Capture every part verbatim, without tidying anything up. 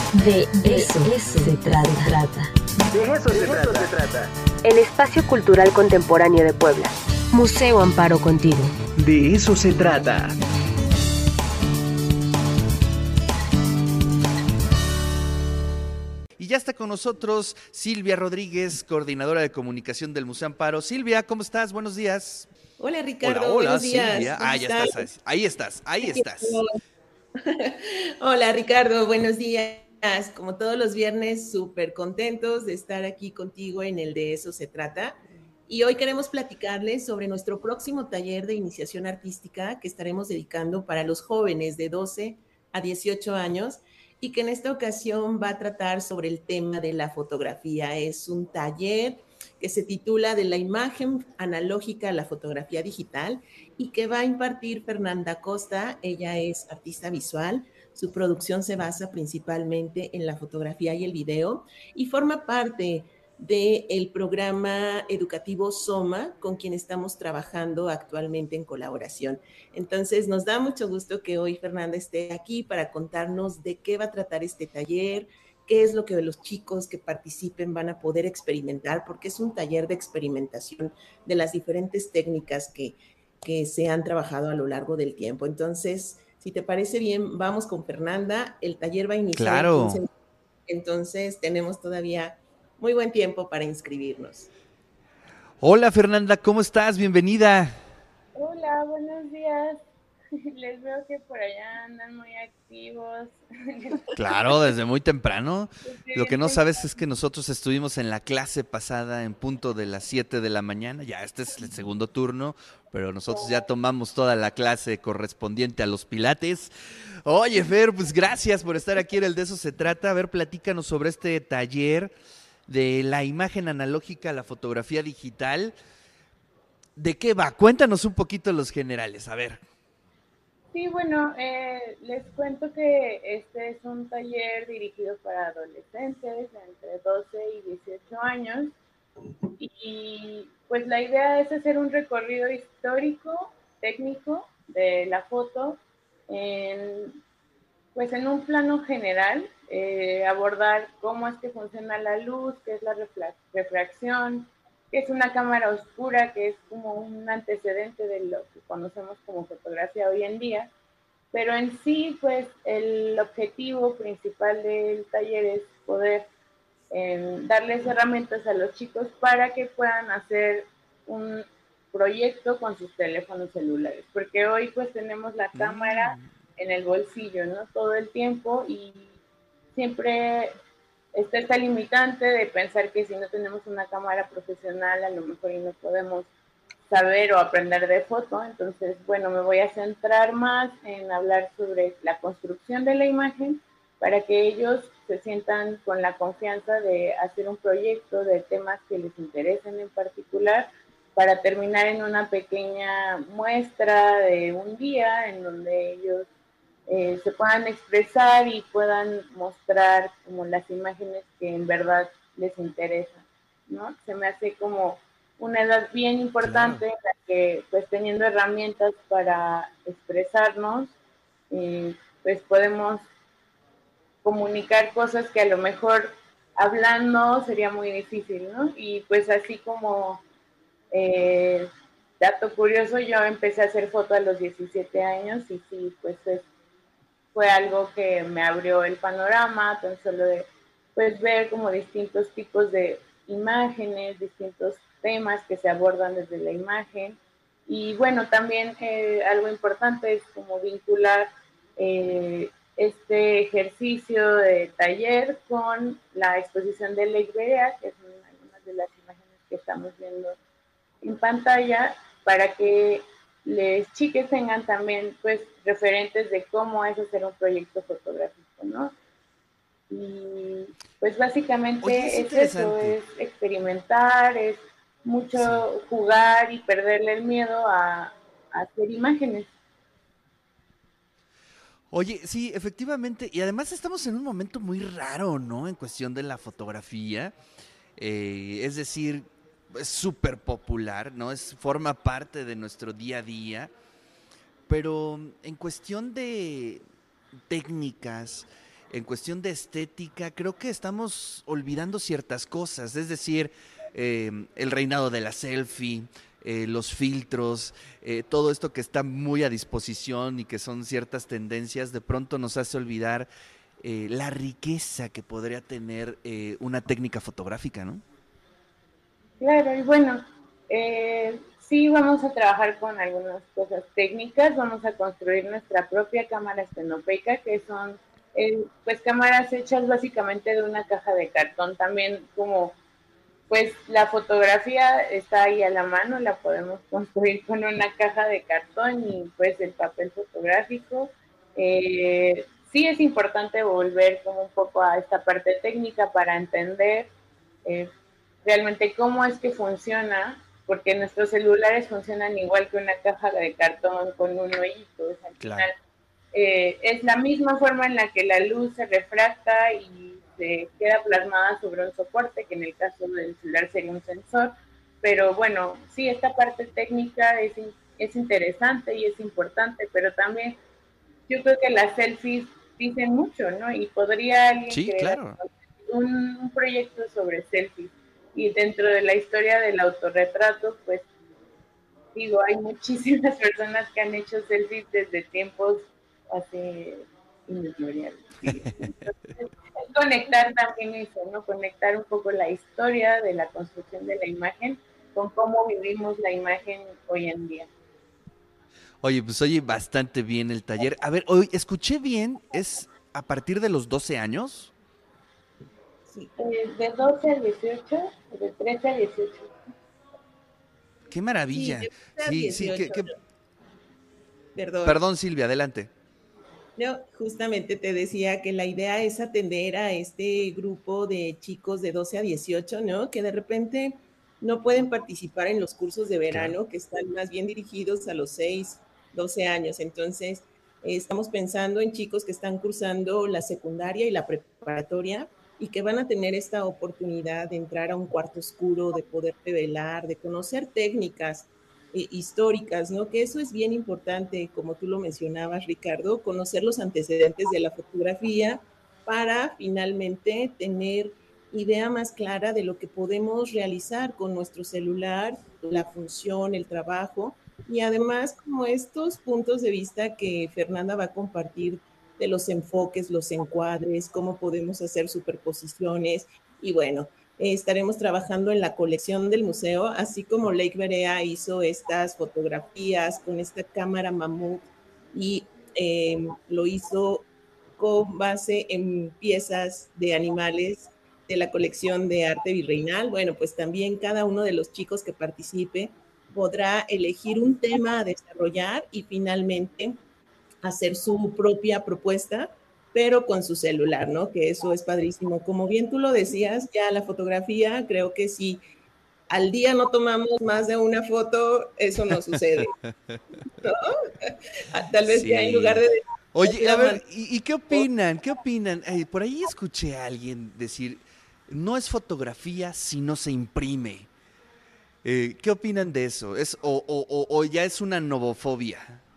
De eso, eso se trata. De eso, se, de trata. eso se trata. El Espacio Cultural Contemporáneo de Puebla. Museo Amparo Contigo. De eso se trata. Y ya está con nosotros Silvia Rodríguez, coordinadora de comunicación del Museo Amparo. Silvia, ¿cómo estás? Buenos días. Hola, Ricardo. Hola, hola, buenos días. Silvia. Ah, ya estás? estás. Ahí estás, ahí estás. Hola, Ricardo. Buenos días. Como todos los viernes, súper contentos de estar aquí contigo en el De Eso Se Trata. Y hoy queremos platicarles sobre nuestro próximo taller de iniciación artística que estaremos dedicando para los jóvenes de doce a dieciocho años y que en esta ocasión va a tratar sobre el tema de la fotografía. Es un taller que se titula De la imagen analógica a la fotografía digital y que va a impartir Fernanda Costa. Ella es artista visual. Su producción se basa principalmente en la fotografía y el video y forma parte del programa educativo Soma, con quien estamos trabajando actualmente en colaboración. Entonces, nos da mucho gusto que hoy Fernanda esté aquí para contarnos de qué va a tratar este taller, qué es lo que los chicos que participen van a poder experimentar, porque es un taller de experimentación de las diferentes técnicas que, que se han trabajado a lo largo del tiempo. Entonces, si te parece bien, vamos con Fernanda. El taller va a iniciar claro. en quince minutos, entonces tenemos todavía muy buen tiempo para inscribirnos. Hola, Fernanda, ¿cómo estás? Bienvenida. Hola, buenos días. Les veo que por allá andan muy activos. Claro, desde muy temprano. Lo que no sabes es que nosotros estuvimos en la clase pasada en punto de las siete de la mañana. Ya este es el segundo turno, pero nosotros ya tomamos toda la clase correspondiente a los pilates. Oye, Fer, pues gracias por estar aquí en el De Eso Se Trata. A ver, platícanos sobre este taller de la imagen analógica a la fotografía digital. ¿De qué va? Cuéntanos un poquito los generales, a ver. Sí, bueno, eh, les cuento que este es un taller dirigido para adolescentes entre doce y dieciocho años y pues la idea es hacer un recorrido histórico, técnico de la foto en, pues en un plano general, eh, abordar cómo es que funciona la luz, qué es la refracción, qué es una cámara oscura, que es como un antecedente de lo que conocemos como fotografía hoy en día. Pero en sí, pues el objetivo principal del taller es poder eh, darles herramientas a los chicos para que puedan hacer un proyecto con sus teléfonos celulares, porque hoy pues tenemos la cámara mm. en el bolsillo, ¿no? Todo el tiempo y siempre está esta limitante de pensar que si no tenemos una cámara profesional a lo mejor no podemos saber o aprender de foto. Entonces, bueno, me voy a centrar más en hablar sobre la construcción de la imagen para que ellos se sientan con la confianza de hacer un proyecto de temas que les interesen en particular para terminar en una pequeña muestra de un día en donde ellos eh, se puedan expresar y puedan mostrar como las imágenes que en verdad les interesan, ¿no? Se me hace como una edad bien importante claro. En la que pues teniendo herramientas para expresarnos, eh, pues podemos comunicar cosas que a lo mejor hablando sería muy difícil, ¿no? Y pues así como eh, dato curioso, yo empecé a hacer foto a los diecisiete años y sí, pues es, fue algo que me abrió el panorama, tan solo de pues ver como distintos tipos de imágenes, distintos temas que se abordan desde la imagen. Y bueno, también eh, algo importante es como vincular eh, este ejercicio de taller con la exposición de Lake Berea, que son algunas de las imágenes que estamos viendo en pantalla, para que les chiques tengan también pues referentes de cómo es hacer un proyecto fotográfico, ¿no? Y pues básicamente Oye, es, es eso, es experimentar, es mucho sí. jugar y perderle el miedo a, a hacer imágenes. Oye, sí, efectivamente, y además estamos en un momento muy raro, ¿no? En cuestión de la fotografía, eh, es decir, es súper popular, ¿no? Es, forma parte de nuestro día a día, pero en cuestión de técnicas, en cuestión de estética, creo que estamos olvidando ciertas cosas, es decir, eh, el reinado de la selfie, eh, los filtros, eh, todo esto que está muy a disposición y que son ciertas tendencias, de pronto nos hace olvidar eh, la riqueza que podría tener eh, una técnica fotográfica, ¿no? Claro, y bueno, eh, sí vamos a trabajar con algunas cosas técnicas, vamos a construir nuestra propia cámara estenopeica, que son eh, pues cámaras hechas básicamente de una caja de cartón, también como pues la fotografía está ahí a la mano, la podemos construir con una caja de cartón y pues el papel fotográfico. Eh, sí es importante volver como un poco a esta parte técnica para entender eh, realmente cómo es que funciona, porque nuestros celulares funcionan igual que una caja de cartón con un hoyito. O sea, al Claro. final eh, es la misma forma en la que la luz se refracta y se queda plasmada sobre un soporte, que en el caso del celular sería un sensor. Pero bueno, sí, esta parte técnica es, es interesante y es importante, pero también yo creo que las selfies dicen mucho, ¿no? Y podría alguien Sí, crear claro. un, un proyecto sobre selfies. Y dentro de la historia del autorretrato, pues digo, hay muchísimas personas que han hecho selfies desde tiempos así inmemoriales. Sí. Entonces, es conectar también eso, ¿no? Conectar un poco la historia de la construcción de la imagen con cómo vivimos la imagen hoy en día. Oye, pues oye bastante bien el taller. A ver, hoy escuché bien, ¿es a partir de los doce años? Sí. Eh, de doce a dieciocho, de trece a dieciocho. Qué Sí, maravilla. de Sí, sí, que, dieciocho, que... perdón. Perdón, Silvia, adelante. No, justamente te decía que la idea es atender a este grupo de chicos de doce a dieciocho, ¿no? Que de repente no pueden participar en los cursos de Claro. verano, que están más bien dirigidos a los seis, doce años. Entonces, eh, estamos pensando en chicos que están cursando la secundaria y la preparatoria y que van a tener esta oportunidad de entrar a un cuarto oscuro, de poder revelar, de conocer técnicas eh, históricas, ¿no? Que eso es bien importante, como tú lo mencionabas, Ricardo, conocer los antecedentes de la fotografía para finalmente tener idea más clara de lo que podemos realizar con nuestro celular, la función, el trabajo, y además como estos puntos de vista que Fernanda va a compartir de los enfoques, los encuadres, cómo podemos hacer superposiciones, y bueno, eh, estaremos trabajando en la colección del museo, así como Lake Berea hizo estas fotografías con esta cámara mamut y eh, lo hizo con base en piezas de animales de la colección de arte virreinal. Bueno, pues también cada uno de los chicos que participe podrá elegir un tema a desarrollar y finalmente hacer su propia propuesta, pero con su celular, ¿no? Que eso es padrísimo. Como bien tú lo decías, ya la fotografía, creo que si al día no tomamos más de una foto, eso no sucede, ¿no? Tal vez ya en lugar Sí. de Oye, decir a a ver, ¿y, y qué opinan? ¿Qué opinan? Eh, por ahí escuché a alguien decir, no es fotografía si no se imprime. Eh, ¿qué opinan de eso? ¿Es, o, o, o, o ya es una novofobia?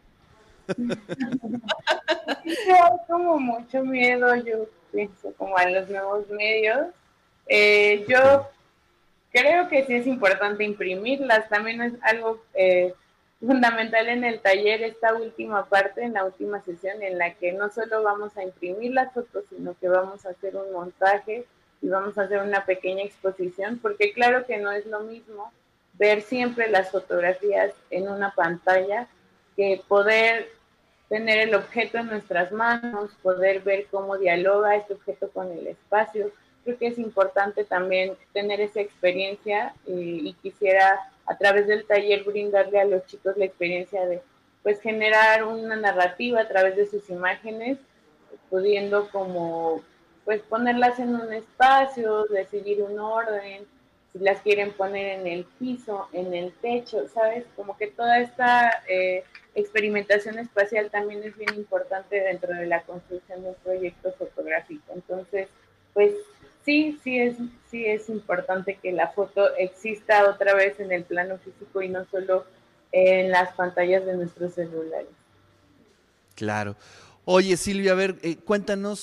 Sí, hay como mucho miedo, yo pienso, como a los nuevos medios. Eh, Ok, yo creo que sí es importante imprimirlas, también es algo eh, fundamental en el taller, esta última parte, en la última sesión, en la que no solo vamos a imprimir las fotos, sino que vamos a hacer un montaje y vamos a hacer una pequeña exposición, porque claro que no es lo mismo ver siempre las fotografías en una pantalla que poder tener el objeto en nuestras manos, poder ver cómo dialoga este objeto con el espacio. Creo que es importante también tener esa experiencia y, y quisiera a través del taller brindarle a los chicos la experiencia de pues generar una narrativa a través de sus imágenes, pudiendo como pues ponerlas en un espacio, decidir un orden, si las quieren poner en el piso, en el techo, ¿sabes? Como que toda esta eh, experimentación espacial también es bien importante dentro de la construcción de un proyecto fotográfico. Entonces, pues sí, sí es, sí es importante que la foto exista otra vez en el plano físico y no solo en las pantallas de nuestros celulares. claro. Oye, Silvia, a ver, eh, cuéntanos,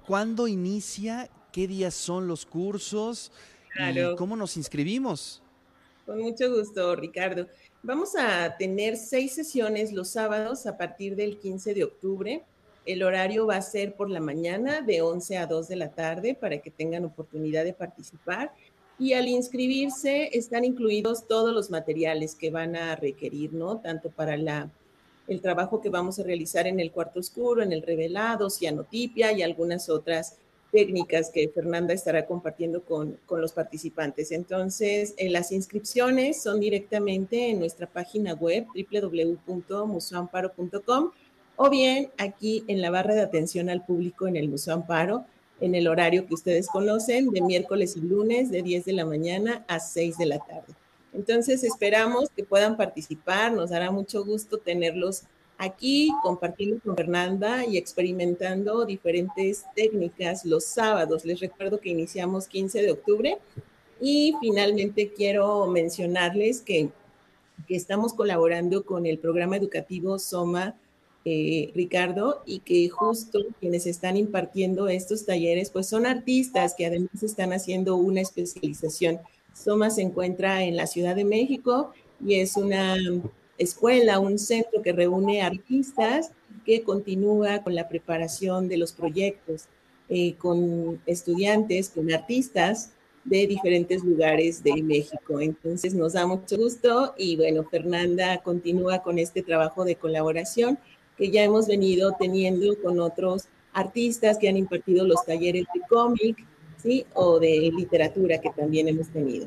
¿cuándo inicia? ¿Qué días son los cursos? ¿Y Claro, cómo nos inscribimos? con mucho gusto, Ricardo. Vamos a tener seis sesiones los sábados a partir del quince de octubre. El horario va a ser por la mañana de once a dos de la tarde para que tengan oportunidad de participar. Y al inscribirse están incluidos todos los materiales que van a requerir, ¿no? Tanto para la, el trabajo que vamos a realizar en el cuarto oscuro, en el revelado, cianotipia y algunas otras técnicas que Fernanda estará compartiendo con, con los participantes. Entonces, eh, las inscripciones son directamente en nuestra página web doble u doble u doble u punto museo amparo punto com o bien aquí en la barra de atención al público en el Museo Amparo, en el horario que ustedes conocen, de miércoles y lunes, de diez de la mañana a seis de la tarde. Entonces, esperamos que puedan participar, nos dará mucho gusto tenerlos aquí compartiendo con Fernanda y experimentando diferentes técnicas los sábados. Les recuerdo que iniciamos quince de octubre y finalmente quiero mencionarles que, que estamos colaborando con el programa educativo Soma, eh, Ricardo, y que justo quienes están impartiendo estos talleres pues son artistas que además están haciendo una especialización. Soma se encuentra en la Ciudad de México y es una escuela, un centro que reúne artistas que continúa con la preparación de los proyectos, eh, con estudiantes, con artistas de diferentes lugares de México. Entonces nos da mucho gusto y bueno, Fernanda continúa con este trabajo de colaboración que ya hemos venido teniendo con otros artistas que han impartido los talleres de cómic, ¿sí? O de literatura que también hemos tenido.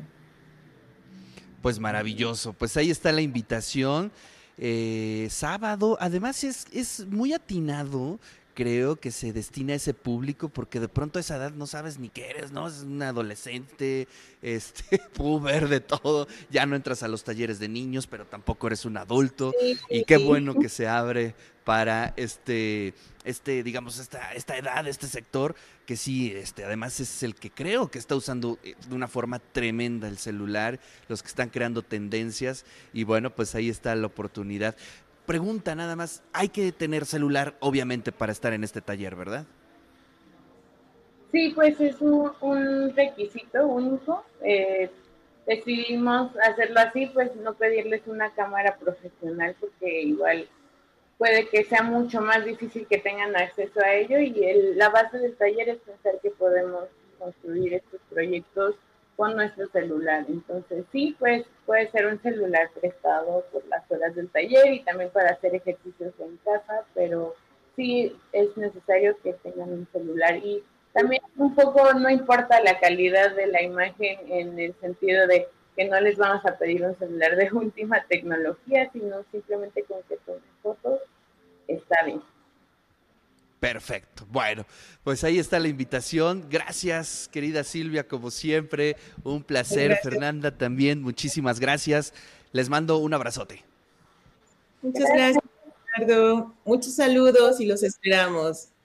Pues maravilloso, pues ahí está la invitación. Eh, sábado, además es, es muy atinado, creo que se destina a ese público porque de pronto a esa edad no sabes ni qué eres, ¿no? Es un adolescente, este, puber de todo, ya no entras a los talleres de niños, pero tampoco eres un adulto Sí, y qué bueno que se abre para este, este, digamos, esta, esta edad, este sector, que sí, este, además es el que creo que está usando de una forma tremenda el celular, los que están creando tendencias, y bueno, pues ahí está la oportunidad. Pregunta nada más, hay que tener celular, obviamente, para estar en este taller, ¿verdad? Sí, pues es un, un requisito único. Eh, decidimos hacerlo así, pues no pedirles una cámara profesional porque igual puede que sea mucho más difícil que tengan acceso a ello y el, la base del taller es pensar que podemos construir estos proyectos con nuestro celular. Entonces sí, pues puede ser un celular prestado por las horas del taller y también para hacer ejercicios en casa, pero sí es necesario que tengan un celular y también un poco no importa la calidad de la imagen en el sentido de que no les vamos a pedir un celular de última tecnología, sino simplemente con que tomen fotos, está bien. Perfecto. Bueno, pues ahí está la invitación. Gracias, querida Silvia, como siempre. Un placer. Gracias. Fernanda también, muchísimas gracias. Les mando un abrazote. Muchas gracias, Ricardo. Muchos saludos y los esperamos.